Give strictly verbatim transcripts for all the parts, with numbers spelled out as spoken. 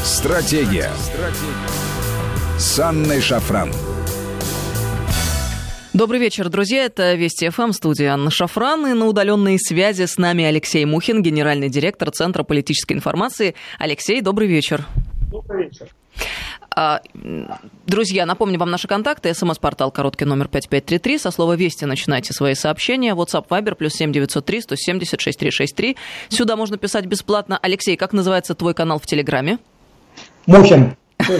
Стратегия. Стратегия. С Анной Шафран. Добрый вечер, друзья. Это Вести ФМ, студия Анна Шафран. И на удаленной связи с нами Алексей Мухин, генеральный директор Центра политической информации. Алексей, добрый вечер. Добрый вечер. Друзья, напомню вам наши контакты. СМС-портал короткий номер пять пять три три. Со слова «Вести» начинайте свои сообщения. WhatsApp, Viber, плюс семь девятьсот три сто семьдесят шесть три шесть три. Сюда можно писать бесплатно. Алексей, как называется твой канал в Телеграме? Мухин.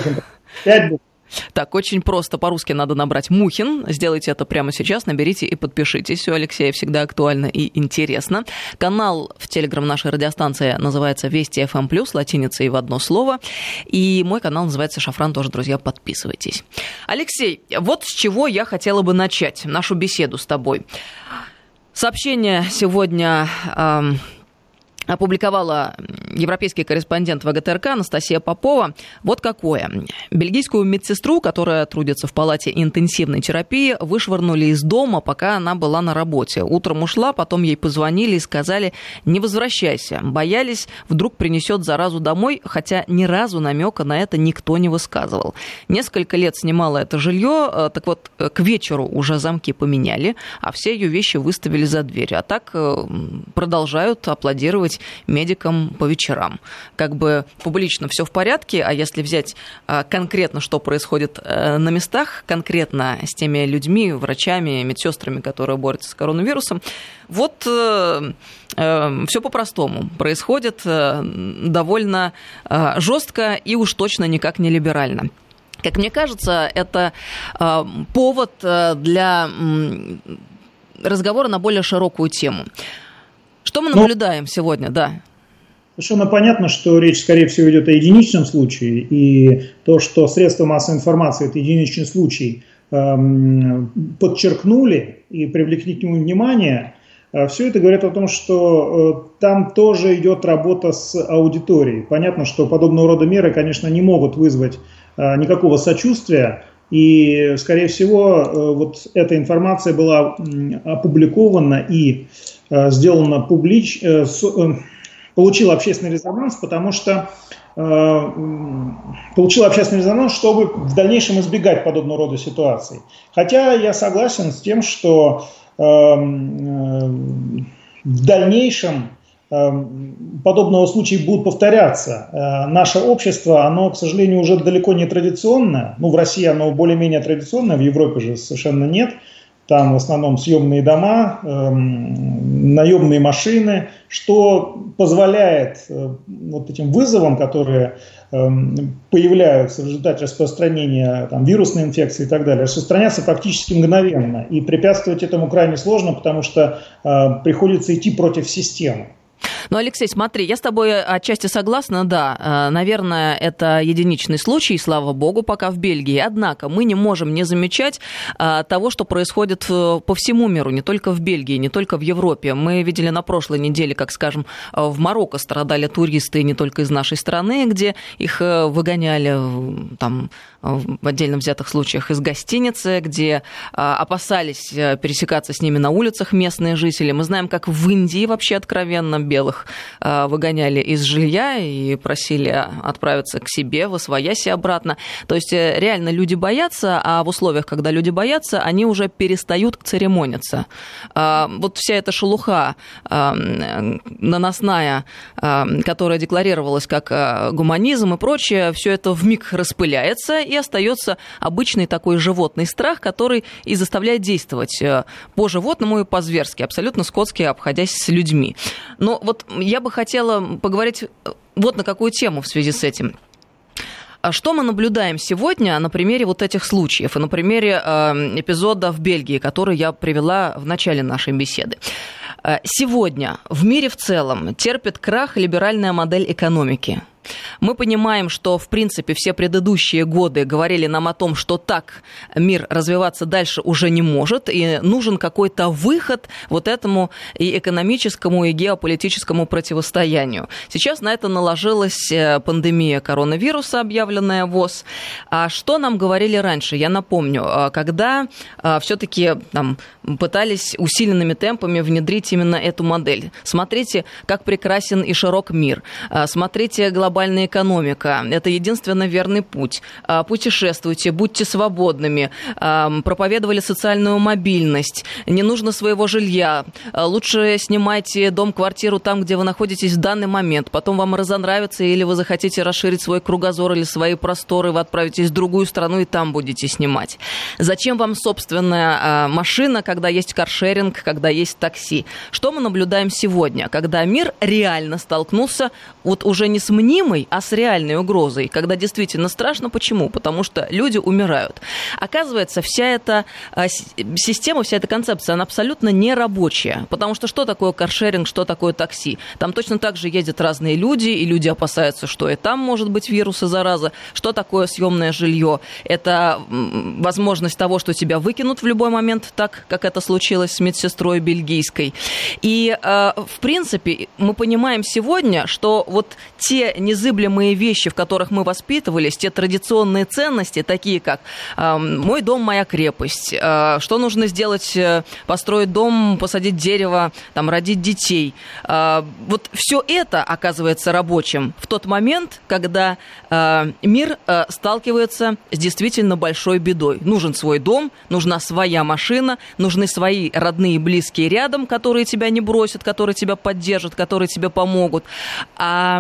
Пять букв. Так, очень просто. По-русски надо набрать Мухин. Сделайте это прямо сейчас, наберите и подпишитесь. У Алексея всегда актуально и интересно. Канал в Телеграм нашей радиостанции называется Вести ФМ плюс, латиницей в одно слово. И мой канал называется Шафран, тоже, друзья, подписывайтесь. Алексей, вот с чего я хотела бы начать нашу беседу с тобой. Сообщение сегодня... Эм, опубликовала европейский корреспондент ВГТРК Анастасия Попова. Вот какое. Бельгийскую медсестру, которая трудится в палате интенсивной терапии, вышвырнули из дома, пока она была на работе. Утром ушла, потом ей позвонили и сказали: не возвращайся. Боялись, вдруг принесет заразу домой, хотя ни разу намека на это никто не высказывал. Несколько лет снимала это жилье, так вот, к вечеру уже замки поменяли, а все ее вещи выставили за дверь. А так продолжают аплодировать медикам по вечерам. Как бы публично все в порядке, а если взять конкретно, что происходит на местах, конкретно с теми людьми, врачами, медсестрами, которые борются с коронавирусом, вот э, э, все по-простому. Происходит э, довольно э, жестко и уж точно никак не либерально. Как мне кажется, это э, повод для э, разговора на более широкую тему. Что мы наблюдаем ну, сегодня, да? Совершенно понятно, что речь, скорее всего, идет о единичном случае, и то, что средства массовой информации этот единичный случай эм, подчеркнули и привлекли к нему внимание, э, все это говорит о том, что э, там тоже идет работа с аудиторией. Понятно, что подобного рода меры, конечно, не могут вызвать э, никакого сочувствия, и, скорее всего, э, вот эта информация была э, опубликована и сделано публично, получила общественный резонанс, потому что э, получила общественный резонанс, чтобы в дальнейшем избегать подобного рода ситуаций. Хотя я согласен с тем, что э, э, в дальнейшем э, подобного случая будут повторяться. Э, наше общество, оно, к сожалению, уже далеко не традиционное. Ну, в России оно более-менее традиционное, в Европе же совершенно нет. Там в основном съемные дома, э, наемные машины, что позволяет э, вот этим вызовам, которые э, появляются в результате распространения там, вирусной инфекции и так далее, распространяться практически мгновенно. И препятствовать этому крайне сложно, потому что э, приходится идти против системы. Ну, Алексей, смотри, я с тобой отчасти согласна, да, наверное, это единичный случай, слава богу, пока в Бельгии. Однако мы не можем не замечать того, что происходит по всему миру, не только в Бельгии, не только в Европе. Мы видели на прошлой неделе, как, скажем, в Марокко страдали туристы не только из нашей страны, где их выгоняли там в отдельно взятых случаях из гостиницы, где опасались пересекаться с ними на улицах местные жители. Мы знаем, как в Индии вообще откровенно белых выгоняли из жилья и просили отправиться к себе, восвояси обратно. То есть реально люди боятся, а в условиях, когда люди боятся, они уже перестают церемониться. Вот вся эта шелуха наносная, которая декларировалась как гуманизм и прочее, все это вмиг распыляется, и остается обычный такой животный страх, который и заставляет действовать по-животному и по-зверски, абсолютно скотски, обходясь с людьми. Но вот я бы хотела поговорить вот на какую тему в связи с этим. Что мы наблюдаем сегодня на примере вот этих случаев и на примере эпизода в Бельгии, который я привела в начале нашей беседы? Сегодня в мире в целом терпит крах либеральная модель экономики. Мы понимаем, что, в принципе, все предыдущие годы говорили нам о том, что так мир развиваться дальше уже не может, и нужен какой-то выход вот этому и экономическому, и геополитическому противостоянию. Сейчас на это наложилась пандемия коронавируса, объявленная ВОЗ. А что нам говорили раньше? Я напомню, когда все-таки там пытались усиленными темпами внедрить именно эту модель. Смотрите, как прекрасен и широк мир. Смотрите глобальный глобальная экономика. Это единственно верный путь. Путешествуйте, будьте свободными. Проповедовали социальную мобильность. Не нужно своего жилья. Лучше снимайте дом, квартиру там, где вы находитесь в данный момент. Потом вам разонравится, или вы захотите расширить свой кругозор или свои просторы, вы отправитесь в другую страну и там будете снимать. Зачем вам собственная машина, когда есть каршеринг, когда есть такси? Что мы наблюдаем сегодня, когда мир реально столкнулся вот уже не с мнимой, а с реальной угрозой, когда действительно страшно. Почему? Потому что люди умирают. Оказывается, вся эта система, вся эта концепция, она абсолютно нерабочая. Потому что что такое каршеринг, что такое такси? Там точно так же ездят разные люди, и люди опасаются, что и там может быть вирус и зараза. Что такое съемное жилье? Это возможность того, что тебя выкинут в любой момент, так как это случилось с медсестрой бельгийской. И, в принципе, мы понимаем сегодня, что вот те незыблемые вещи, в которых мы воспитывались, те традиционные ценности, такие как «мой дом, моя крепость», что нужно сделать, построить дом, посадить дерево, там, родить детей. Вот все это оказывается рабочим в тот момент, когда мир сталкивается с действительно большой бедой. Нужен свой дом, нужна своя машина, нужны свои родные и близкие рядом, которые тебя не бросят, которые тебя поддержат, которые тебе помогут. А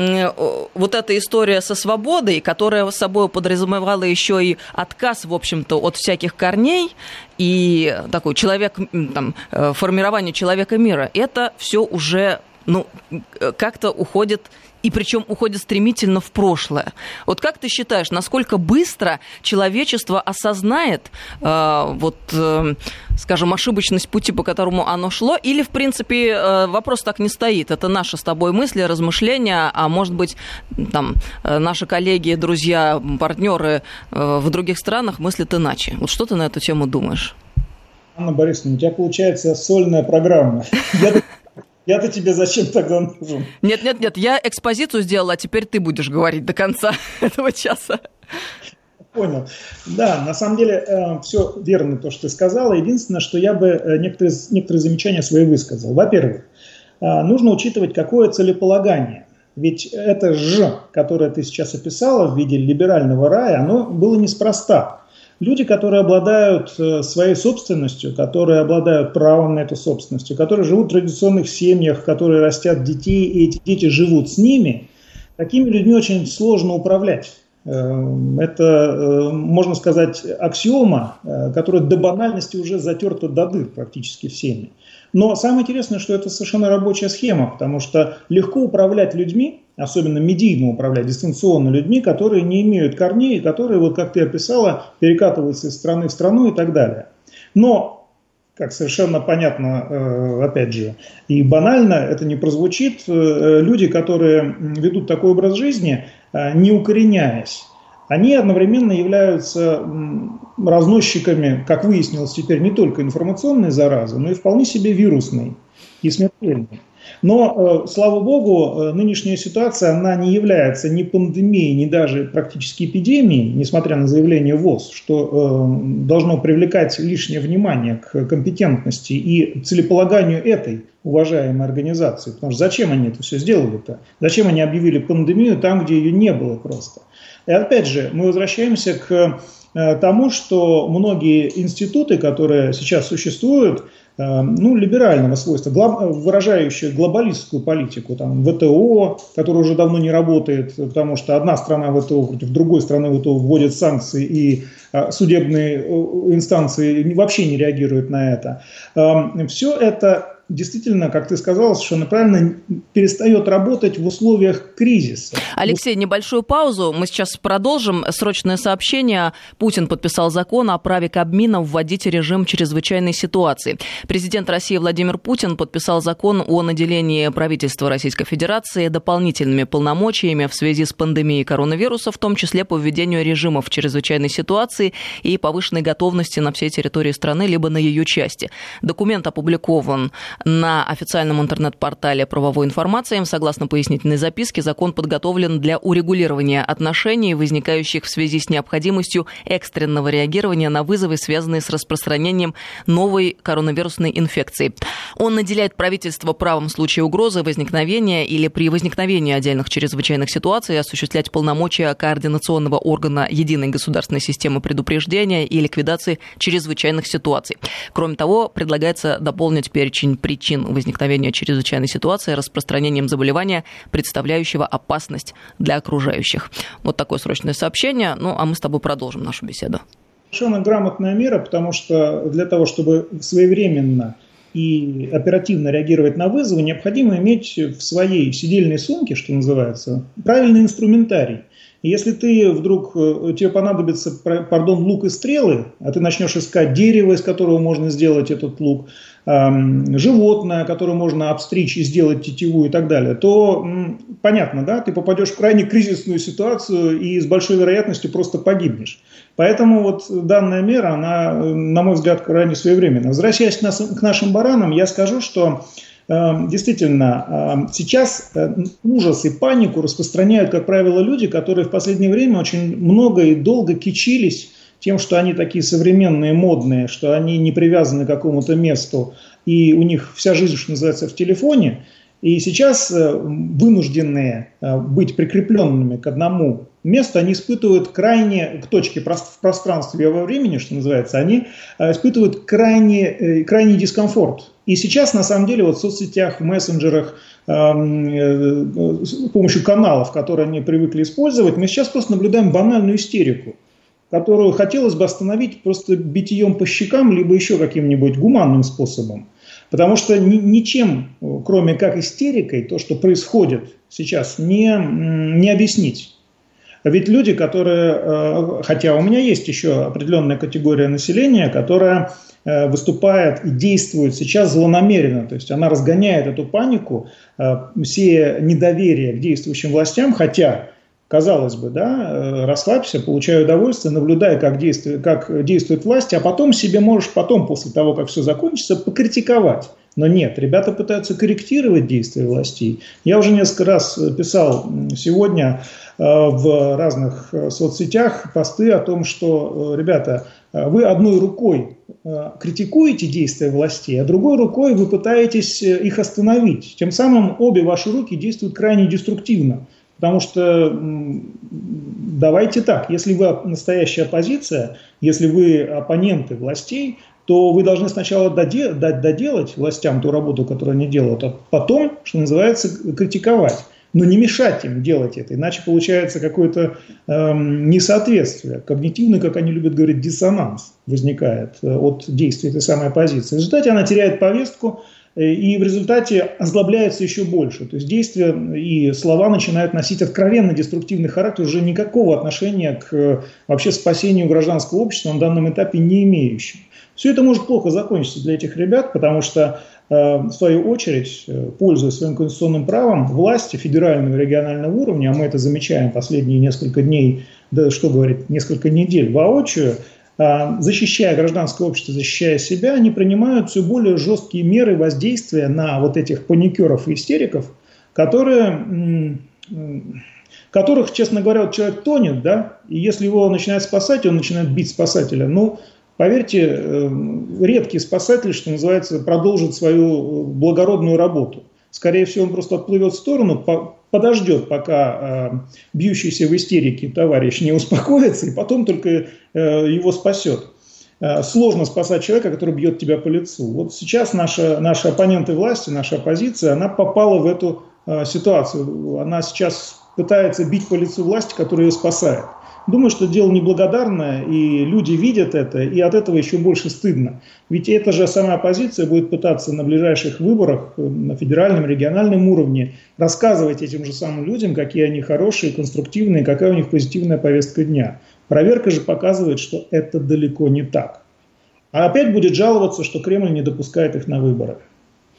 вот эта история со свободой, которая с собой подразумевала еще и отказ, в общем-то, от всяких корней и такой человек, там, формирование человека мира, это все уже, ну, как-то уходит. И причем уходит стремительно в прошлое. Вот как ты считаешь, насколько быстро человечество осознает, э, вот, э, скажем, ошибочность пути, по которому оно шло, или, в принципе, э, вопрос так не стоит? Это наши с тобой мысли, размышления, а может быть, там, наши коллеги, друзья, партнеры э, в других странах мыслят иначе. Вот что ты на эту тему думаешь? Анна Борисовна, у тебя получается сольная программа. Я-то тебе зачем тогда нужен? Нет-нет-нет, я экспозицию сделала, а теперь ты будешь говорить до конца этого часа. Понял. Да, на самом деле э, все верно то, что ты сказала. Единственное, что я бы э, некоторые, некоторые замечания свои высказал. Во-первых, э, нужно учитывать, какое целеполагание. Ведь это «ж», которое ты сейчас описала в виде либерального рая, оно было неспроста. Люди, которые обладают своей собственностью, которые обладают правом на эту собственность, которые живут в традиционных семьях, которые растят детей, и эти дети живут с ними, такими людьми очень сложно управлять. Это, можно сказать, аксиома, которая до банальности уже затерта до дыр практически всеми. Но самое интересное, что это совершенно рабочая схема, потому что легко управлять людьми, особенно медийно управлять, дистанционно людьми, которые не имеют корней, которые, вот как ты описала, перекатываются из страны в страну и так далее. Но, как совершенно понятно, опять же, и банально это не прозвучит, люди, которые ведут такой образ жизни, не укореняясь, они одновременно являются разносчиками, как выяснилось теперь, не только информационной заразы, но и вполне себе вирусной и смертельной. Но, слава богу, нынешняя ситуация, она не является ни пандемией, ни даже практически эпидемией, несмотря на заявление ВОЗ, что должно привлекать лишнее внимание к компетентности и целеполаганию этой уважаемой организации. Потому что зачем они это все сделали-то? Зачем они объявили пандемию там, где ее не было просто? И опять же, мы возвращаемся к тому, что многие институты, которые сейчас существуют, ну, либерального свойства, выражающие глобалистскую политику, там, ВТО, которая уже давно не работает, потому что одна страна ВТО против другой страны ВТО вводит санкции, и судебные инстанции вообще не реагируют на это. Все это действительно, как ты сказала, совершенно правильно, перестает работать в условиях кризиса. Алексей, небольшую паузу. Мы сейчас продолжим. Срочное сообщение. Путин подписал закон о праве Кабмина вводить режим чрезвычайной ситуации. Президент России Владимир Путин подписал закон о наделении правительства Российской Федерации дополнительными полномочиями в связи с пандемией коронавируса, в том числе по введению режимов чрезвычайной ситуации и повышенной готовности на всей территории страны, либо на ее части. Документ опубликован На официальном интернет-портале правовой информации, согласно пояснительной записке, закон подготовлен для урегулирования отношений, возникающих в связи с необходимостью экстренного реагирования на вызовы, связанные с распространением новой коронавирусной инфекции. Он наделяет правительство правом в случае угрозы возникновения или при возникновении отдельных чрезвычайных ситуаций осуществлять полномочия координационного органа единой государственной системы предупреждения и ликвидации чрезвычайных ситуаций. Кроме того, предлагается дополнить перечень причин возникновения чрезвычайной ситуации распространением заболевания, представляющего опасность для окружающих. Вот такое срочное сообщение. Ну, а мы с тобой продолжим нашу беседу. Совершенно грамотная мера, потому что для того, чтобы своевременно и оперативно реагировать на вызовы, необходимо иметь в своей сидельной сумке, что называется, правильный инструментарий. И если ты вдруг, тебе понадобится, пардон, лук и стрелы, а ты начнешь искать дерево, из которого можно сделать этот лук, эм, животное, которое можно обстричь и сделать тетиву и так далее, то м, понятно, да, ты попадешь в крайне кризисную ситуацию и с большой вероятностью просто погибнешь. Поэтому вот данная мера, она, на мой взгляд, крайне своевременна. Возвращаясь к, нас, к нашим баранам, я скажу, что действительно, сейчас ужас и панику распространяют, как правило, люди, которые в последнее время очень много и долго кичились тем, что они такие современные, модные, что они не привязаны к какому-то месту, и у них вся жизнь, что называется, в телефоне. И сейчас вынужденные быть прикрепленными к одному месту, они испытывают крайне, к точке в пространстве и во времени, что называется, они испытывают крайне, крайний дискомфорт. И сейчас, на самом деле, вот в соцсетях, в мессенджерах, с помощью каналов, которые они привыкли использовать, мы сейчас просто наблюдаем банальную истерику, которую хотелось бы остановить просто битьем по щекам, либо еще каким-нибудь гуманным способом. Потому что ни, ничем, кроме как истерикой, то, что происходит сейчас, не, не объяснить. Ведь люди, которые, хотя у меня есть еще определенная категория населения, которая выступает и действует сейчас злонамеренно, то есть она разгоняет эту панику, все недоверие к действующим властям, хотя, казалось бы, да, расслабься, получай удовольствие, наблюдай, как действует, как действует власть, а потом себе можешь потом, после того, как все закончится, покритиковать. Но нет, ребята пытаются корректировать действия властей. Я уже несколько раз писал сегодня в разных соцсетях посты о том, что, ребята, вы одной рукой критикуете действия властей, а другой рукой вы пытаетесь их остановить. Тем самым обе ваши руки действуют крайне деструктивно. Потому что давайте так, если вы настоящая оппозиция, если вы оппоненты властей, то вы должны сначала додел- доделать властям ту работу, которую они делают, а потом, что называется, критиковать. Но не мешать им делать это, иначе получается какое-то эм, несоответствие, когнитивный, как они любят говорить, диссонанс возникает э, от действий этой самой оппозиции. В результате она теряет повестку э, и в результате озлобляется еще больше. То есть действия и слова начинают носить откровенно деструктивный характер, уже никакого отношения к э, вообще спасению гражданского общества на данном этапе не имеющим. Все это может плохо закончиться для этих ребят, потому что, в свою очередь, пользуясь своим конституционным правом, власти федерального и регионального уровня, а мы это замечаем последние несколько дней, да что говорить, несколько недель воочию, защищая гражданское общество, защищая себя, они принимают все более жесткие меры воздействия на вот этих паникеров и истериков, которые... которых, честно говоря, вот человек тонет, да, и если его начинают спасать, он начинает бить спасателя. Ну, поверьте, редкий спасатель, что называется, продолжит свою благородную работу. Скорее всего, он просто отплывет в сторону, подождет, пока бьющийся в истерике товарищ не успокоится, и потом только его спасет. Сложно спасать человека, который бьет тебя по лицу. Вот сейчас наши, наши оппоненты власти, наша оппозиция, она попала в эту ситуацию. Она сейчас пытается бить по лицу власти, которая ее спасает. Думаю, что дело неблагодарное, и люди видят это, и от этого еще больше стыдно. Ведь эта же самая оппозиция будет пытаться на ближайших выборах на федеральном, региональном уровне рассказывать этим же самым людям, какие они хорошие, конструктивные, какая у них позитивная повестка дня. Проверка же показывает, что это далеко не так. А опять будет жаловаться, что Кремль не допускает их на выборы.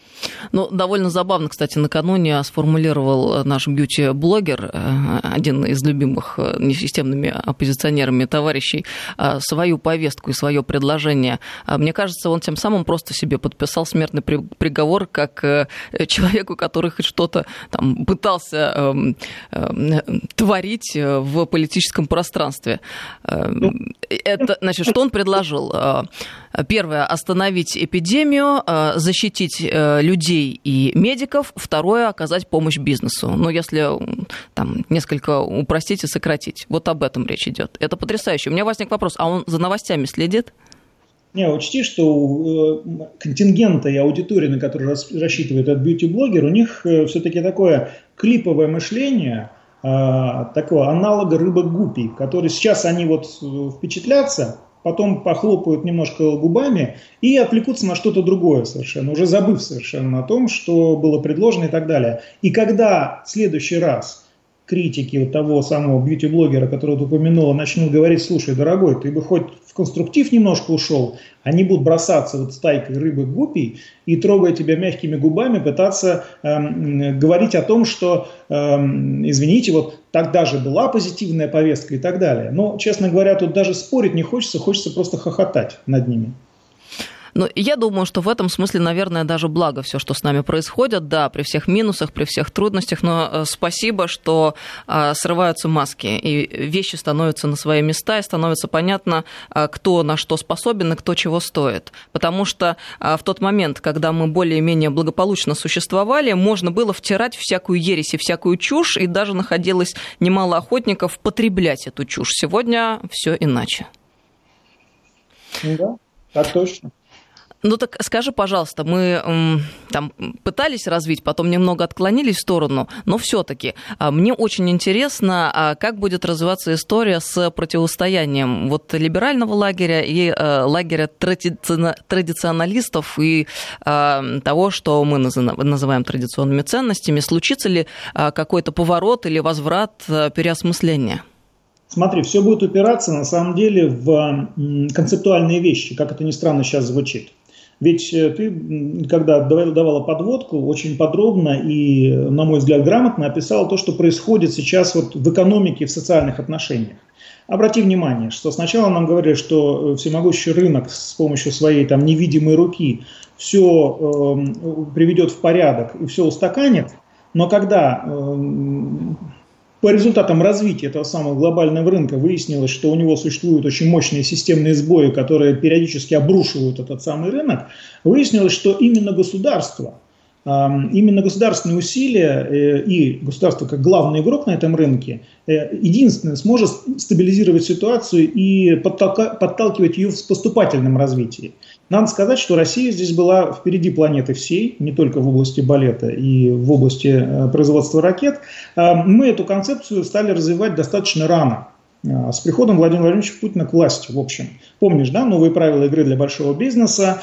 Ну, довольно забавно, кстати, накануне сформулировал наш бьюти-блогер, один из любимых несистемными оппозиционерами товарищей, свою повестку и свое предложение. Мне кажется, он тем самым просто себе подписал смертный приговор как человеку, который хоть что-то там пытался творить в политическом пространстве. Это, значит, что он предложил? Первое, остановить эпидемию, защитить людей и медиков. Второе, оказать помощь бизнесу. Ну, если там несколько упростить и сократить. Вот об этом речь идет. Это потрясающе. У меня возник вопрос, а он за новостями следит? Не, учти, что у контингента и аудитории, на которую рассчитывает этот бьюти-блогер, у них все-таки такое клиповое мышление, такого аналога рыбок-гуппий, которые сейчас они вот впечатлятся, потом похлопают немножко губами и отвлекутся на что-то другое совершенно, уже забыв совершенно о том, что было предложено и так далее. И когда в следующий раз критики вот того самого бьюти-блогера, которого ты упомянула, начнут говорить: слушай, дорогой, ты бы хоть в конструктив немножко ушел, они будут бросаться вот стайкой рыбок-гуппий и, трогая тебя мягкими губами, пытаться эм, говорить о том, что, эм, извините, вот тогда же была позитивная повестка и так далее. Но, честно говоря, тут даже спорить не хочется, хочется просто хохотать над ними. Ну, я думаю, что в этом смысле, наверное, даже благо все, что с нами происходит, да, при всех минусах, при всех трудностях, но спасибо, что а, срываются маски, и вещи становятся на свои места, и становится понятно, а, кто на что способен и кто чего стоит. Потому что а, в тот момент, когда мы более-менее благополучно существовали, можно было втирать всякую ересь и всякую чушь, и даже находилось немало охотников потреблять эту чушь. Сегодня все иначе. Да, так точно. Ну так скажи, пожалуйста, мы там пытались развить, потом немного отклонились в сторону, но все-таки мне очень интересно, как будет развиваться история с противостоянием вот либерального лагеря и лагеря традиционалистов и того, что мы называем традиционными ценностями. Случится ли какой-то поворот или возврат, переосмысления? Смотри, все будет упираться на самом деле в концептуальные вещи, как это ни странно сейчас звучит. Ведь ты, когда давала подводку, очень подробно и, на мой взгляд, грамотно описала то, что происходит сейчас вот в экономике и в социальных отношениях. Обрати внимание, что сначала нам говорили, что всемогущий рынок с помощью своей там невидимой руки все э, приведет в порядок и все устаканит, но когда э, по результатам развития этого самого глобального рынка выяснилось, что у него существуют очень мощные системные сбои, которые периодически обрушивают этот самый рынок, выяснилось, что именно государство, именно государственные усилия и государство как главный игрок на этом рынке единственное сможет стабилизировать ситуацию и подталкивать ее в поступательном развитии. Надо сказать, что Россия здесь была впереди планеты всей, не только в области балета и в области производства ракет. Мы эту концепцию стали развивать достаточно рано, с приходом Владимира Владимировича Путина к власти, в общем. Помнишь, да, новые правила игры для большого бизнеса,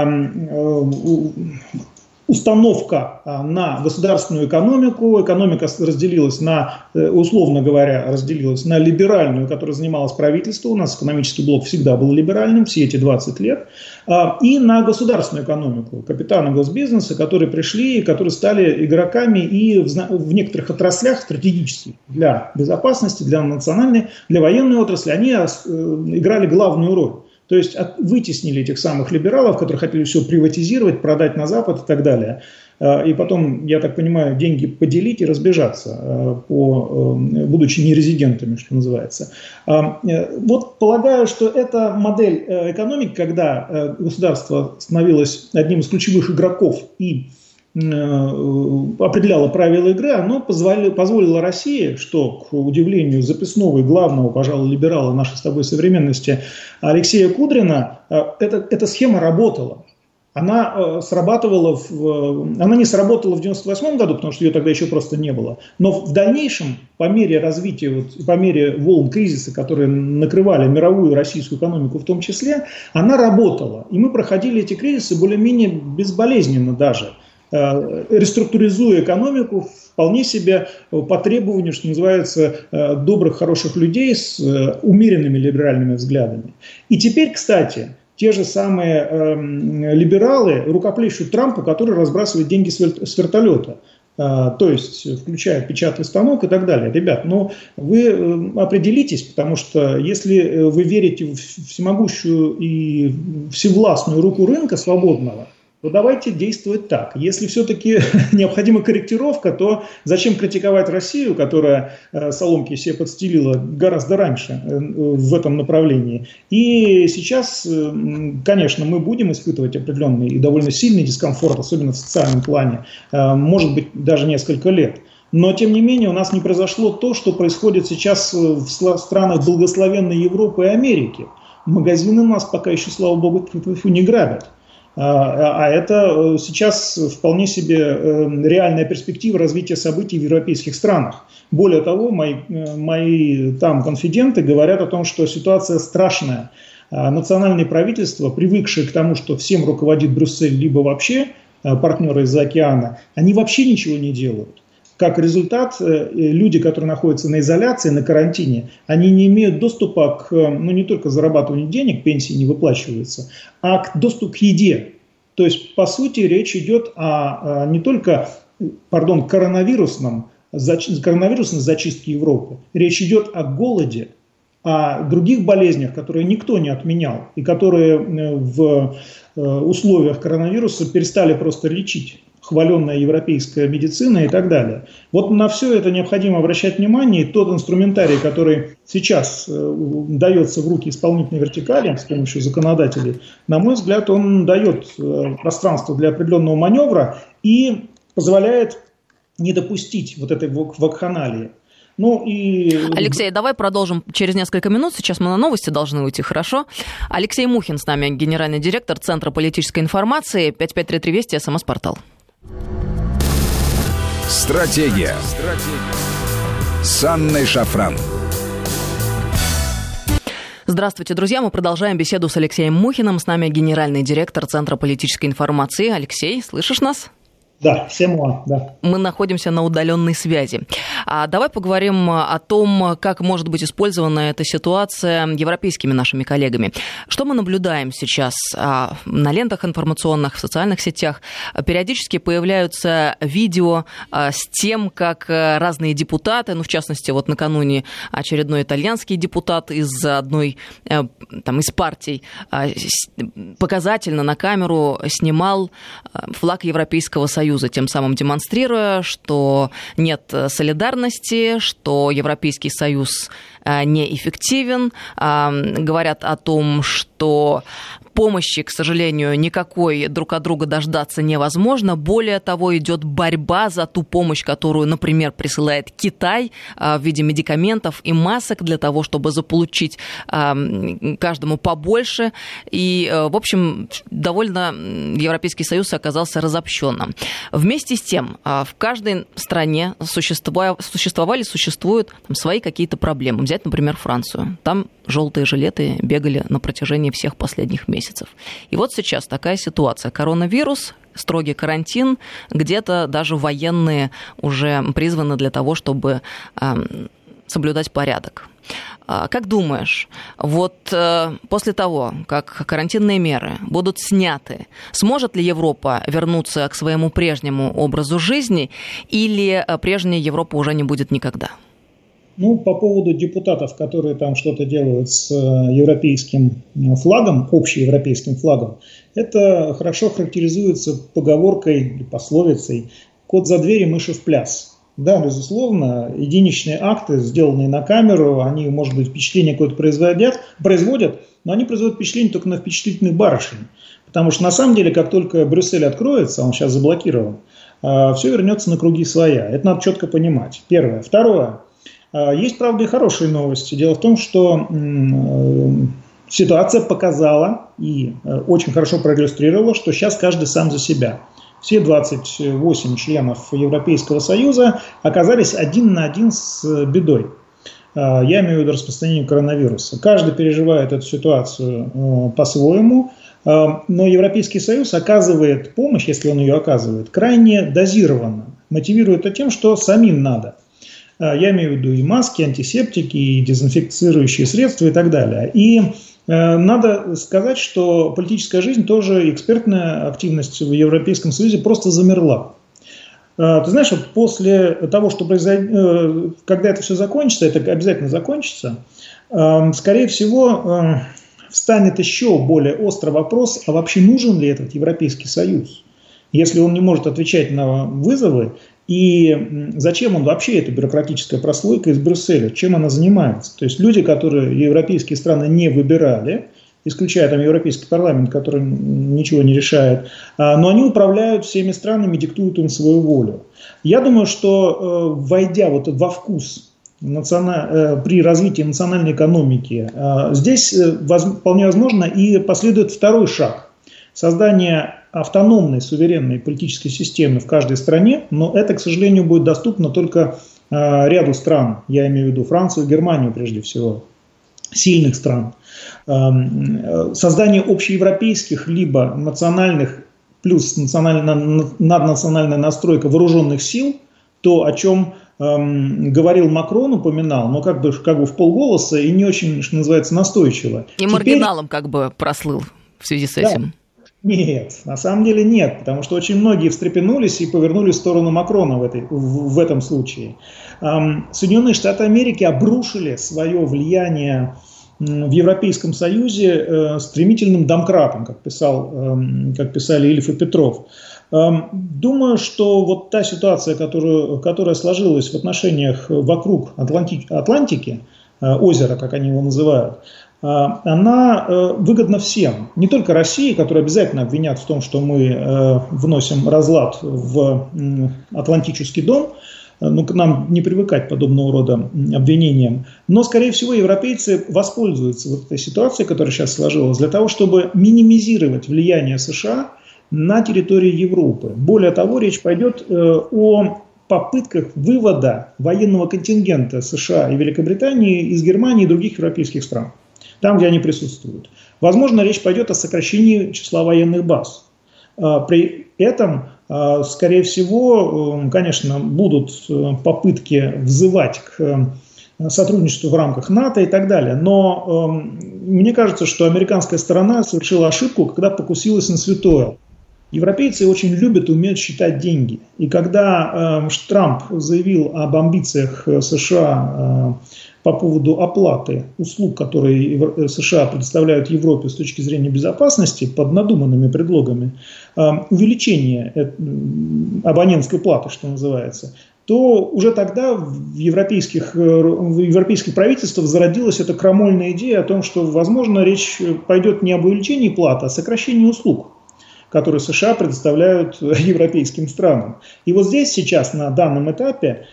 установка на государственную экономику. Экономика разделилась на, условно говоря, разделилась на либеральную, которой занималось правительство. У нас экономический блок всегда был либеральным все эти двадцать лет. И на государственную экономику. Капитаны госбизнеса, которые пришли, которые стали игроками и в некоторых отраслях стратегических для безопасности, для национальной, для военной отрасли, они играли главную роль. То есть от, вытеснили этих самых либералов, которые хотели все приватизировать, продать на Запад и так далее. И потом, я так понимаю, деньги поделить и разбежаться, по, будучи нерезидентами, что называется. Вот полагаю, что эта модель экономики, когда государство становилось одним из ключевых игроков и определяло правила игры, оно позволило, позволило России, что, к удивлению записного и главного, пожалуй, либерала нашей с тобой современности Алексея Кудрина, эта, эта схема работала. Она срабатывала, в, она не сработала в девяносто восьмом году, потому что ее тогда еще просто не было. Но в дальнейшем, по мере развития, вот, по мере волн кризиса, которые накрывали мировую и российскую экономику в том числе, она работала. И мы проходили эти кризисы более-менее безболезненно даже, реструктуризуя экономику вполне себе по требованию, что называется, добрых, хороших людей с умеренными либеральными взглядами. И теперь, кстати, те же самые э, либералы рукоплещут Трампу, который разбрасывает деньги с, вер- с вертолета. Э, то есть, включая печатный станок и так далее. Ребят, ну вы э, определитесь, потому что если вы верите в всемогущую и всевластную руку рынка свободного, то давайте действовать так. Если все-таки необходима корректировка, то зачем критиковать Россию, которая э, соломки себе подстелила гораздо раньше э, в этом направлении. И сейчас, э, конечно, мы будем испытывать определенный и довольно сильный дискомфорт, особенно в социальном плане, э, может быть, даже несколько лет. Но, тем не менее, у нас не произошло то, что происходит сейчас в странах благословенной Европы и Америки. Магазины у нас пока еще, слава богу, не грабят. А это сейчас вполне себе реальная перспектива развития событий в европейских странах. Более того, мои, мои там конфиденты говорят о том, что ситуация страшная. Национальные правительства, привыкшие к тому, что всем руководит Брюссель, либо вообще партнеры из-за океана, они вообще ничего не делают. Как результат, люди, которые находятся на изоляции, на карантине, они не имеют доступа к, ну не только зарабатыванию денег, пенсии не выплачиваются, а к доступу к еде. То есть, по сути, речь идет о, о не только, пардон, коронавирусном, коронавирусной зачистке Европы. Речь идет о голоде, о других болезнях, которые никто не отменял и которые в условиях коронавируса перестали просто лечить. Хваленная европейская медицина и так далее. Вот на все это необходимо обращать внимание. И тот инструментарий, который сейчас э, дается в руки исполнительной вертикали с помощью законодателей, на мой взгляд, он дает э, пространство для определенного маневра и позволяет не допустить вот этой вакханалии. Ну и... Алексей, давай продолжим через несколько минут. Сейчас мы на новости должны уйти, хорошо? Алексей Мухин с нами, генеральный директор Центра политической информации. пять пять три три Вести, СМС-портал. Стратегия. Стратегия. С Анной Шафран. Здравствуйте, друзья. Мы продолжаем беседу с Алексеем Мухиным. С нами генеральный директор Центра политической информации. Алексей, слышишь нас? Да, всем уа, да. Мы находимся на удаленной связи. А давай поговорим о том, как может быть использована эта ситуация европейскими нашими коллегами. Что мы наблюдаем сейчас на лентах информационных, в социальных сетях? Периодически появляются видео с тем, как разные депутаты, ну, в частности, вот накануне очередной итальянский депутат из одной там, из партий показательно на камеру снимал флаг Европейского Союза, тем самым демонстрируя, что нет солидарности, что Европейский Союз неэффективен. Говорят о том, что помощи, к сожалению, никакой друг от друга дождаться невозможно. Более того, идет борьба за ту помощь, которую, например, присылает Китай в виде медикаментов и масок для того, чтобы заполучить каждому побольше. И, в общем, довольно Европейский Союз оказался разобщенным. Вместе с тем, в каждой стране существовали, существуют там свои какие-то проблемы. Взять, например, Францию. Там желтые жилеты бегали на протяжении всех последних месяцев. И вот сейчас такая ситуация. Коронавирус, строгий карантин, где-то даже военные уже призваны для того, чтобы э, соблюдать порядок. Как думаешь, вот после того, как карантинные меры будут сняты, сможет ли Европа вернуться к своему прежнему образу жизни, или прежней Европы уже не будет никогда? Ну, по поводу депутатов, которые там что-то делают с европейским флагом, общеевропейским флагом, это хорошо характеризуется поговоркой, пословицей «кот за дверь и мыши в пляс». Да, безусловно, единичные акты, сделанные на камеру, они, может быть, впечатление какое-то производят, производят, но они производят впечатление только на впечатлительных барышень. Потому что, на самом деле, как только Брюссель откроется, он сейчас заблокирован, все вернется на круги своя. Это надо четко понимать. Первое. Второе. Есть, правда, и хорошие новости. Дело в том, что ситуация показала и очень хорошо проиллюстрировала, что сейчас каждый сам за себя. Все двадцать восемь членов Европейского Союза оказались один на один с бедой. Я имею в виду распространение коронавируса. Каждый переживает эту ситуацию по-своему, но Европейский Союз оказывает помощь, если он ее оказывает, крайне дозированно. Мотивирует это тем, что самим надо. Я имею в виду и маски, антисептики, и дезинфицирующие средства и так далее. И Надо сказать, что политическая жизнь тоже, экспертная активность в Европейском Союзе просто замерла. Ты знаешь, вот после того, что произойдет, когда это все закончится, это обязательно закончится, скорее всего, встанет еще более острый вопрос, а вообще нужен ли этот Европейский Союз, если он не может отвечать на вызовы, и зачем он вообще, эта бюрократическая прослойка из Брюсселя, чем она занимается. То есть люди, которые европейские страны не выбирали, исключая там Европейский парламент, который ничего не решает, но они управляют всеми странами, диктуют им свою волю. Я думаю, что войдя вот во вкус при развитии национальной экономики, здесь вполне возможно и последует второй шаг – создание автономной, суверенной политической системы в каждой стране, но это, к сожалению, будет доступно только ряду стран, я имею в виду Францию, Германию прежде всего, сильных стран. Создание общеевропейских либо национальных плюс национально, наднациональная настройка вооруженных сил, то, о чем эм, говорил Макрон, упоминал, но как бы, как бы в полголоса и не очень, что называется, настойчиво. И маргиналом как бы прослыл в связи с этим. Да. Нет, на самом деле нет, потому что очень многие встрепенулись и повернулись в сторону Макрона в, этой, в, в этом случае. Эм, Соединенные Штаты Америки обрушили свое влияние в Европейском Союзе э, стремительным домкратом, как, писал, э, как писали Ильф и Петров. Э, думаю, что вот та ситуация, которую, которая сложилась в отношениях вокруг Атланти- Атлантики, э, озера, как они его называют, э, она э, выгодна всем. Не только России, которую обязательно обвинят в том, что мы э, вносим разлад в э, Атлантический дом, ну, к нам не привыкать к подобного рода обвинениям. Но, скорее всего, европейцы воспользуются вот этой ситуацией, которая сейчас сложилась, для того, чтобы минимизировать влияние США на территории Европы. Более того, речь пойдет э, о попытках вывода военного контингента США и Великобритании из Германии и других европейских стран, там, где они присутствуют. Возможно, речь пойдет о сокращении числа военных баз. Э, при этом скорее всего, конечно, будут попытки взывать к сотрудничеству в рамках НАТО и так далее. Но мне кажется, что американская сторона совершила ошибку, когда покусилась на святое. Европейцы очень любят и умеют считать деньги. И когда Трамп заявил об амбициях США по поводу оплаты услуг, которые США предоставляют Европе с точки зрения безопасности, под надуманными предлогами, увеличение абонентской платы, что называется, то уже тогда в европейских, в европейских правительствах зародилась эта крамольная идея о том, что, возможно, речь пойдет не об увеличении платы, а о сокращении услуг, которые США предоставляют европейским странам. И вот здесь сейчас, на данном этапе,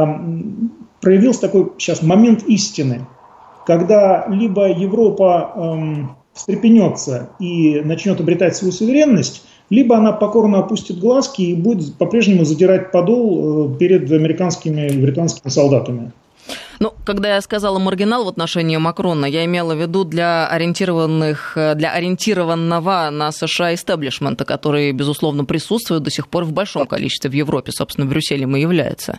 проявился такой сейчас момент истины, когда либо Европа эм, встрепенется и начнет обретать свою суверенность, либо она покорно опустит глазки и будет по-прежнему задирать подол э, перед американскими и британскими солдатами. Ну, когда я сказала маргинал в отношении Макрона, я имела в виду для ориентированных, для ориентированного на США истеблишмента, который, безусловно, присутствует до сих пор в большом количестве в Европе, собственно, Брюсселем и является.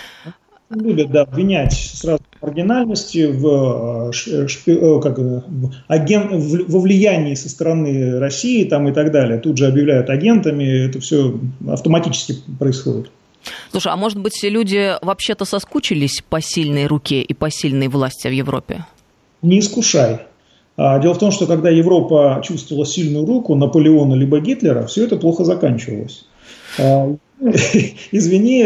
Любят, да, обвинять сразу в маргинальности, в, шпи, как, в, аген, в, во влиянии со стороны России там, и так далее. Тут же объявляют агентами, это все автоматически происходит. Слушай, а может быть, люди вообще-то соскучились по сильной руке и по сильной власти в Европе? Не искушай. Дело в том, что когда Европа чувствовала сильную руку Наполеона либо Гитлера, все это плохо заканчивалось. Извини,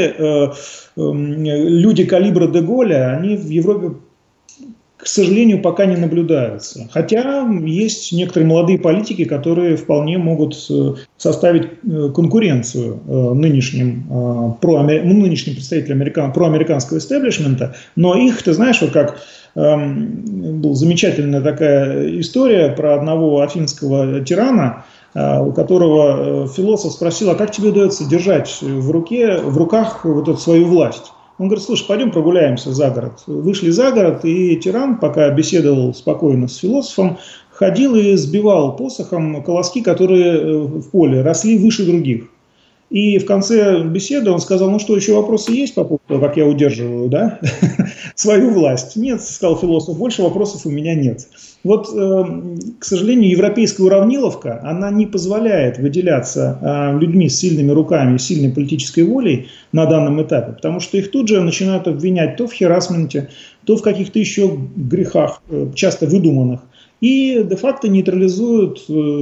люди калибра де Голля, они в Европе, к сожалению, пока не наблюдаются. Хотя есть некоторые молодые политики, которые вполне могут составить конкуренцию нынешним, проамер... нынешним представителям американ... проамериканского истеблишмента. Но их, ты знаешь, вот как была замечательная такая история про одного афинского тирана, у которого философ спросил: а как тебе удается держать в руке, в руках вот эту свою власть? Он говорит: слушай, пойдем прогуляемся за город. Вышли за город, и тиран, пока беседовал спокойно с философом, ходил и сбивал посохом колоски, которые в поле росли выше других. И в конце беседы он сказал: ну что, еще вопросы есть по поводу того, как я удерживаю, да, свою власть? Нет, сказал философ, больше вопросов у меня нет. Вот, к сожалению, европейская уравниловка, она не позволяет выделяться людьми с сильными руками, сильной политической волей на данном этапе, потому что их тут же начинают обвинять то в харассменте, то в каких-то еще грехах, часто выдуманных, и де-факто нейтрализуют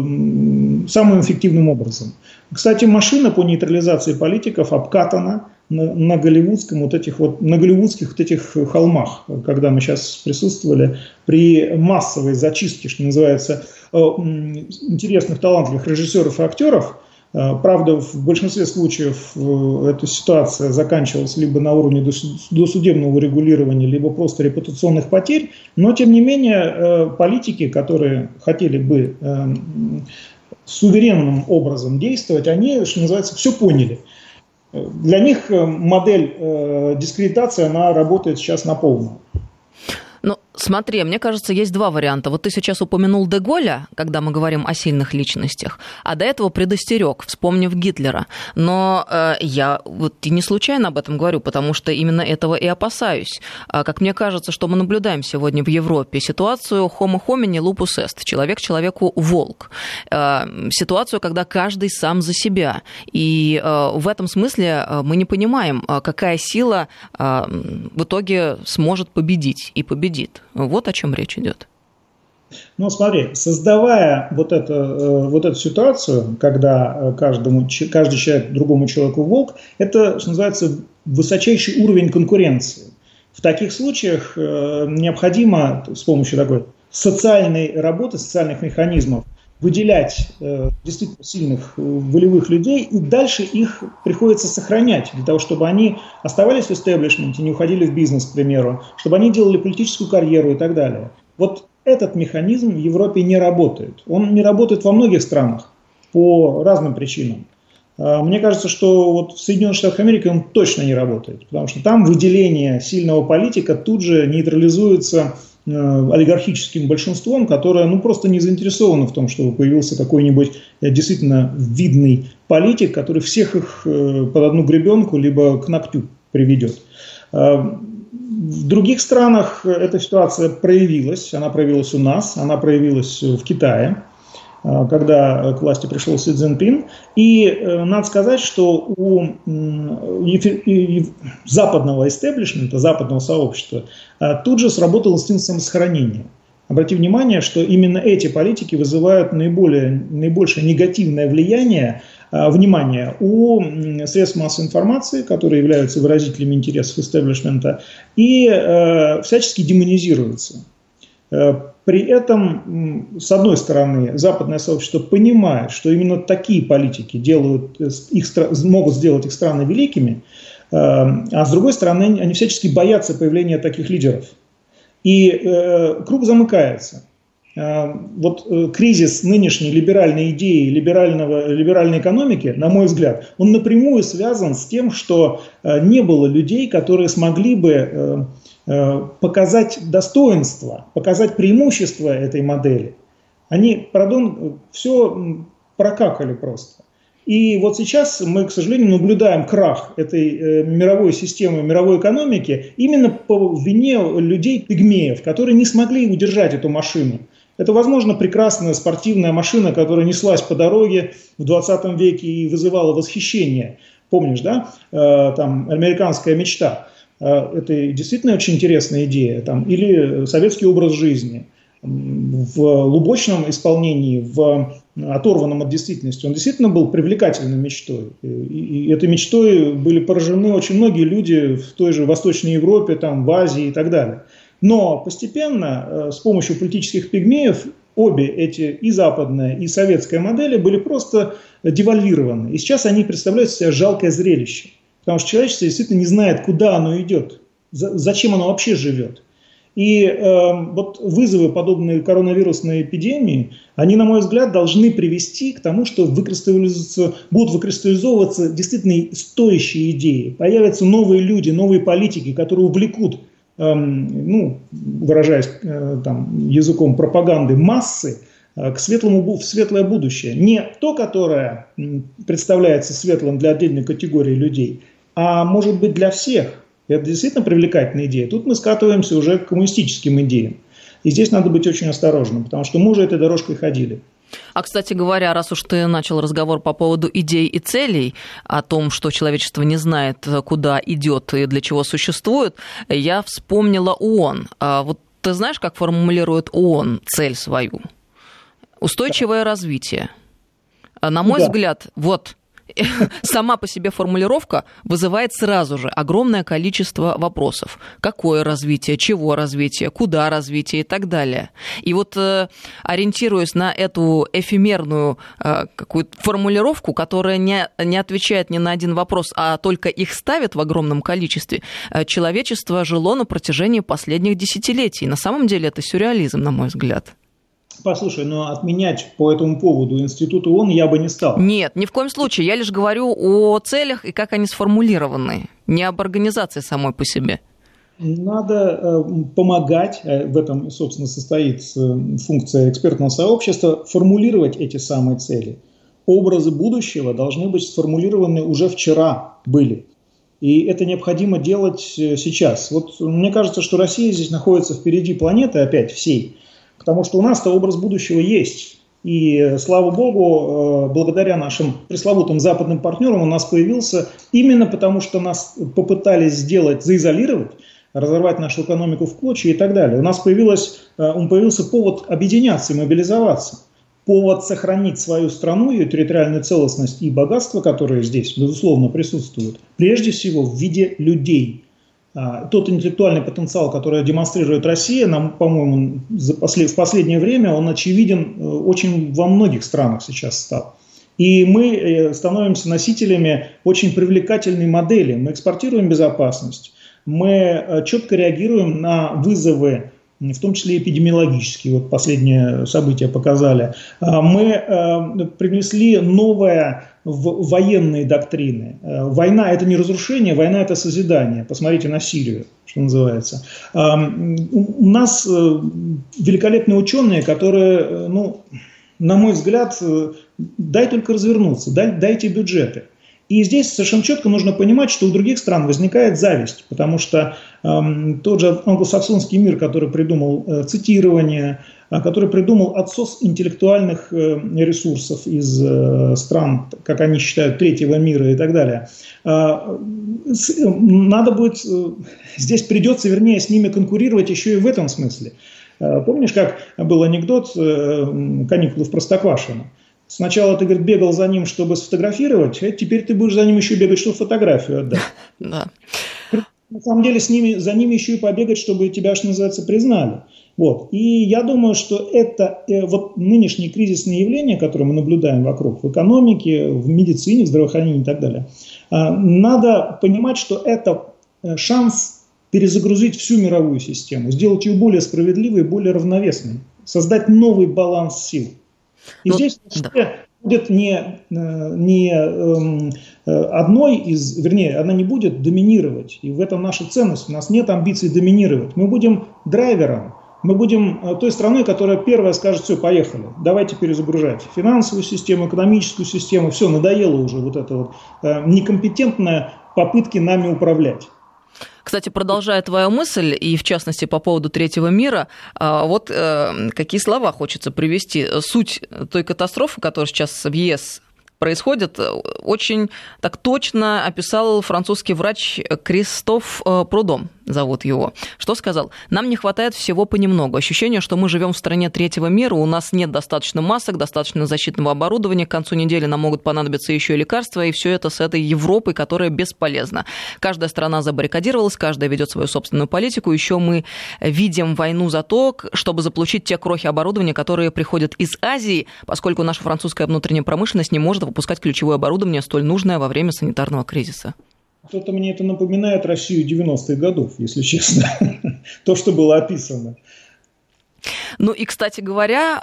самым эффективным образом. Кстати, машина по нейтрализации политиков обкатана на, на, голливудском, вот этих вот, на голливудских вот этих холмах, когда мы сейчас присутствовали при массовой зачистке, что называется, интересных, талантливых режиссеров и актеров. Правда, в большинстве случаев эта ситуация заканчивалась либо на уровне досудебного регулирования, либо просто репутационных потерь, но, тем не менее, политики, которые хотели бы суверенным образом действовать, они, что называется, все поняли. Для них модель э, дискредитации, она работает сейчас на полную. Ну, смотри, мне кажется, есть два варианта. Вот ты сейчас упомянул де Голля, когда мы говорим о сильных личностях, а до этого предостерег, вспомнив Гитлера. Но э, я вот и не случайно об этом говорю, потому что именно этого и опасаюсь. А, как мне кажется, что мы наблюдаем сегодня в Европе ситуацию homo homini lupus est, человек человеку волк. Э, ситуацию, когда каждый сам за себя. И э, в этом смысле мы не понимаем, какая сила э, в итоге сможет победить и победить. Вот о чем речь идет. Ну, смотри, создавая вот, это, вот эту ситуацию, когда каждому, каждый человек другому человеку волк, это, что называется, высочайший уровень конкуренции. В таких случаях необходимо с помощью такой социальной работы, социальных механизмов выделять э, действительно сильных э, волевых людей, и дальше их приходится сохранять, для того, чтобы они оставались в истеблишменте, не уходили в бизнес, к примеру, чтобы они делали политическую карьеру и так далее. Вот этот механизм в Европе не работает. Он не работает во многих странах по разным причинам. Э, мне кажется, что вот в Соединенных Штатах Америки он точно не работает, потому что там выделение сильного политика тут же нейтрализуется олигархическим большинством, которое ну, просто не заинтересовано в том, чтобы появился какой-нибудь действительно видный политик, который всех их под одну гребенку либо к ногтю приведет. В других странах эта ситуация проявилась, она проявилась у нас, она проявилась в Китае, когда к власти пришел Си Цзиньпин. И э, надо сказать, что у э, западного истеблишмента, западного сообщества э, тут же сработал инстинкт самосохранения. Обрати внимание, что именно эти политики вызывают наиболее, наибольшее негативное влияние, э, внимание у средств массовой информации, которые являются выразителями интересов истеблишмента, и э, всячески демонизируются. При этом, с одной стороны, западное сообщество понимает, что именно такие политики делают их, могут сделать их страны великими, а с другой стороны, они всячески боятся появления таких лидеров. И э, круг замыкается. Вот кризис нынешней либеральной идеи, либерального, либеральной экономики, на мой взгляд, он напрямую связан с тем, что не было людей, которые смогли бы показать достоинство, показать преимущество этой модели. Они, пардон, все прокакали просто. И вот сейчас мы, к сожалению, наблюдаем крах этой мировой системы, мировой экономики именно по вине людей-пигмеев, которые не смогли удержать эту машину. Это, возможно, прекрасная спортивная машина, которая неслась по дороге в двадцатом веке и вызывала восхищение. Помнишь, да? Там «Американская мечта». Это действительно очень интересная идея. Там, или советский образ жизни в лубочном исполнении, в оторванном от действительности. Он действительно был привлекательной мечтой. И этой мечтой были поражены очень многие люди в той же Восточной Европе, там, в Азии и так далее. Но постепенно с помощью политических пигмеев обе эти, и западная, и советская модели, были просто девальвированы. И сейчас они представляют себе жалкое зрелище. Потому что человечество действительно не знает, куда оно идет, зачем оно вообще живет. И э, вот вызовы, подобные коронавирусной эпидемии, они, на мой взгляд, должны привести к тому, что выкристаллизуются, будут выкристаллизовываться действительно стоящие идеи. Появятся новые люди, новые политики, которые увлекут, э, ну, выражаясь э, там, языком пропаганды, массы к светлому, в светлое будущее. Не то, которое представляется светлым для отдельной категории людей, а может быть для всех. Это действительно привлекательная идея. Тут мы скатываемся уже к коммунистическим идеям. И здесь надо быть очень осторожным, потому что мы уже этой дорожкой ходили. А, кстати говоря, раз уж ты начал разговор по поводу идей и целей, о том, что человечество не знает, куда идет и для чего существует, я вспомнила ООН. А вот ты знаешь, как формулирует ООН цель свою? Устойчивое развитие. На мой да. взгляд, вот сама по себе формулировка вызывает сразу же огромное количество вопросов. Какое развитие, чего развитие, куда развитие и так далее. И вот ориентируясь на эту эфемерную какую-то формулировку, которая не, не отвечает ни на один вопрос, а только их ставит в огромном количестве, человечество жило на протяжении последних десятилетий. На самом деле это сюрреализм, на мой взгляд. Послушай, но отменять по этому поводу институт ООН я бы не стал. Нет, ни в коем случае. Я лишь говорю о целях и как они сформулированы, не об организации самой по себе. Надо э, помогать, э, в этом, собственно, состоит э, функция экспертного сообщества, формулировать эти самые цели. Образы будущего должны быть сформулированы уже вчера были. И это необходимо делать сейчас. Вот мне кажется, что Россия здесь находится впереди планеты опять всей. Потому что у нас-то образ будущего есть. И, слава богу, благодаря нашим пресловутым западным партнерам у нас появился именно потому, что нас попытались сделать, заизолировать, разорвать нашу экономику в клочья и так далее. У нас появилось, появился повод объединяться и мобилизоваться. Повод сохранить свою страну, ее территориальную целостность и богатство, которые здесь, безусловно, присутствуют. Прежде всего в виде людей. Тот интеллектуальный потенциал, который демонстрирует Россия, нам, по-моему, в последнее время он очевиден очень во многих странах сейчас стал. И мы становимся носителями очень привлекательной модели. Мы экспортируем безопасность, мы четко реагируем на вызовы, в том числе эпидемиологические, вот последние события показали. Мы принесли новое в военные доктрины. Война – это не разрушение, война – это созидание. Посмотрите на Сирию, что называется. У нас великолепные ученые, которые, ну, на мой взгляд, дай только развернуться, дай, дайте бюджеты. И здесь совершенно четко нужно понимать, что у других стран возникает зависть, потому что э, тот же англосаксонский мир, который придумал э, цитирование, э, который придумал отсос интеллектуальных э, ресурсов из э, стран, как они считают, третьего мира и так далее, э, с, э, надо будет, э, здесь придется, вернее, с ними конкурировать еще и в этом смысле. Э, помнишь, как был анекдот э, «Каникулы в Простоквашино»? Сначала ты, говорит, бегал за ним, чтобы сфотографировать, а теперь ты будешь за ним еще бегать, чтобы фотографию отдать. Да. На самом деле с ними, за ними еще и побегать, чтобы тебя, что называется, признали. Вот. И я думаю, что это э, вот нынешние кризисные явления, которые мы наблюдаем вокруг, в экономике, в медицине, в здравоохранении и так далее, э, надо понимать, что это шанс перезагрузить всю мировую систему, сделать ее более справедливой, более равновесной, создать новый баланс сил. И ну, здесь да. будет не, не э, одной из, вернее, она не будет доминировать. И в этом наша ценность. У нас нет амбиций доминировать. Мы будем драйвером. Мы будем той страной, которая первая скажет: все, поехали, давайте перезагружать финансовую систему, экономическую систему. Все, надоело уже вот это вот э, некомпетентная попытки нами управлять. Кстати, продолжая твою мысль, и в частности по поводу третьего мира, вот какие слова хочется привести. Суть той катастрофы, которая сейчас в ЕС происходит, очень так точно описал французский врач Кристоф Прудом, зовут его. Что сказал? Нам не хватает всего понемногу. Ощущение, что мы живем в стране третьего мира, у нас нет достаточно масок, достаточно защитного оборудования, к концу недели нам могут понадобиться еще и лекарства, и все это с этой Европой, которая бесполезна. Каждая страна забаррикадировалась, каждая ведет свою собственную политику. Еще мы видим войну за то, чтобы заполучить те крохи оборудования, которые приходят из Азии, поскольку наша французская внутренняя промышленность не может выпускать ключевое оборудование, столь нужное во время санитарного кризиса. Что-то мне это напоминает Россию девяностых годов, если честно, то, что было описано. Ну и, кстати говоря,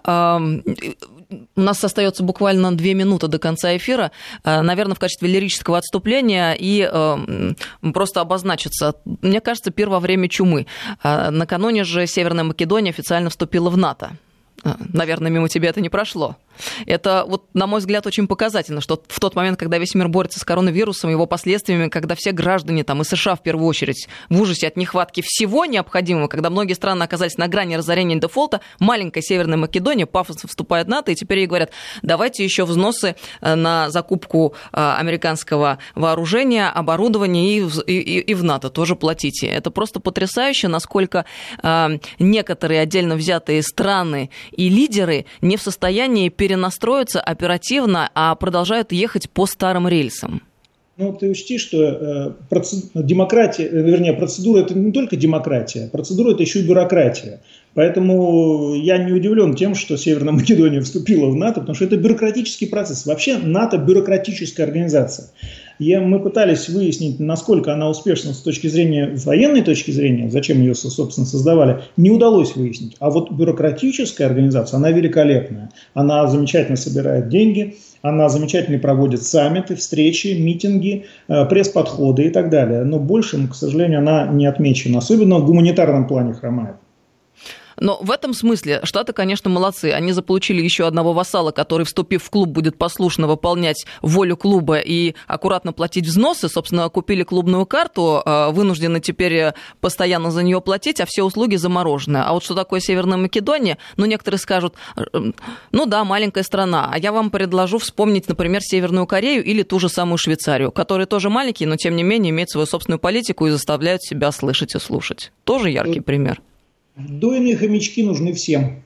у нас остается буквально две минуты до конца эфира. Наверное, в качестве лирического отступления и просто обозначится, мне кажется, первое время чумы. Накануне же Северная Македония официально вступила в НАТО. Наверное, мимо тебя это не прошло. Это, вот, на мой взгляд, очень показательно, что в тот момент, когда весь мир борется с коронавирусом, его последствиями, когда все граждане, там, и США в первую очередь, в ужасе от нехватки всего необходимого, когда многие страны оказались на грани разорения и дефолта, маленькая Северная Македония пафосно вступает в НАТО, и теперь ей говорят, давайте еще взносы на закупку американского вооружения, оборудования и, и, и в НАТО тоже платите. Это просто потрясающе, насколько некоторые отдельно взятые страны и лидеры не в состоянии перенастроиться оперативно, а продолжают ехать по старым рельсам. Ну, ты учти, что э, процед... демократия, вернее, процедура – это не только демократия, процедура – это еще и бюрократия. Поэтому я не удивлен тем, что Северная Македония вступила в НАТО, потому что это бюрократический процесс. Вообще НАТО – бюрократическая организация. Я, мы пытались выяснить, насколько она успешна с точки зрения, с военной точки зрения, зачем ее, собственно, создавали, не удалось выяснить. А вот бюрократическая организация, она великолепная. Она замечательно собирает деньги, она замечательно проводит саммиты, встречи, митинги, пресс-подходы и так далее. Но большим, к сожалению, она не отмечена. Особенно в гуманитарном плане хромает. Но в этом смысле Штаты, конечно, молодцы. Они заполучили еще одного вассала, который, вступив в клуб, будет послушно выполнять волю клуба и аккуратно платить взносы. Собственно, купили клубную карту, вынуждены теперь постоянно за нее платить, а все услуги заморожены. А вот что такое Северная Македония? Ну, некоторые скажут, ну да, маленькая страна. А я вам предложу вспомнить, например, Северную Корею или ту же самую Швейцарию, которые тоже маленькие, но тем не менее имеют свою собственную политику и заставляют себя слышать и слушать. Тоже яркий пример. Дойные хомячки нужны всем.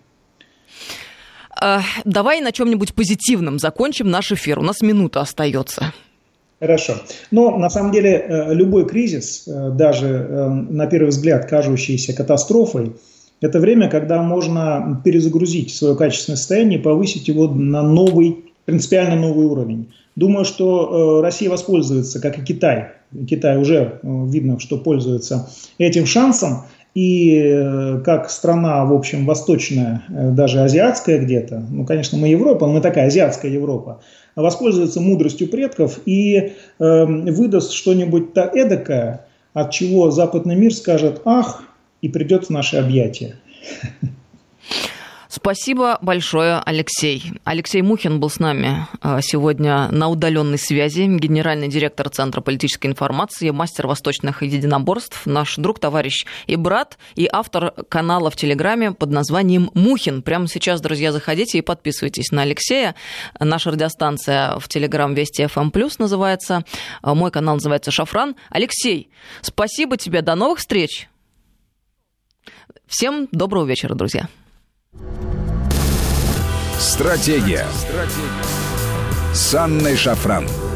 Давай на чем-нибудь позитивном закончим наш эфир. У нас минута остается. Хорошо. Но на самом деле любой кризис, даже на первый взгляд кажущийся катастрофой, это время, когда можно перезагрузить свое качественное состояние и повысить его на новый, принципиально новый уровень. Думаю, что Россия воспользуется, как и Китай. Китай уже видно, что пользуется этим шансом. И как страна, в общем, восточная, даже азиатская где-то, ну, конечно, мы Европа, мы такая азиатская Европа, воспользуется мудростью предков и э, выдаст что-нибудь эдакое, от чего западный мир скажет «ах» и придет в наши объятия. Спасибо большое, Алексей. Алексей Мухин был с нами сегодня на удаленной связи, генеральный директор Центра политической информации, мастер восточных единоборств, наш друг, товарищ и брат, и автор канала в Телеграме под названием «Мухин». Прямо сейчас, друзья, заходите и подписывайтесь на Алексея. Наша радиостанция в Телеграм Вести эф эм плюс называется, мой канал называется «Шафран». Алексей, спасибо тебе, до новых встреч. Всем доброго вечера, друзья. Стратегия. Стратегия. С Анной Шафран.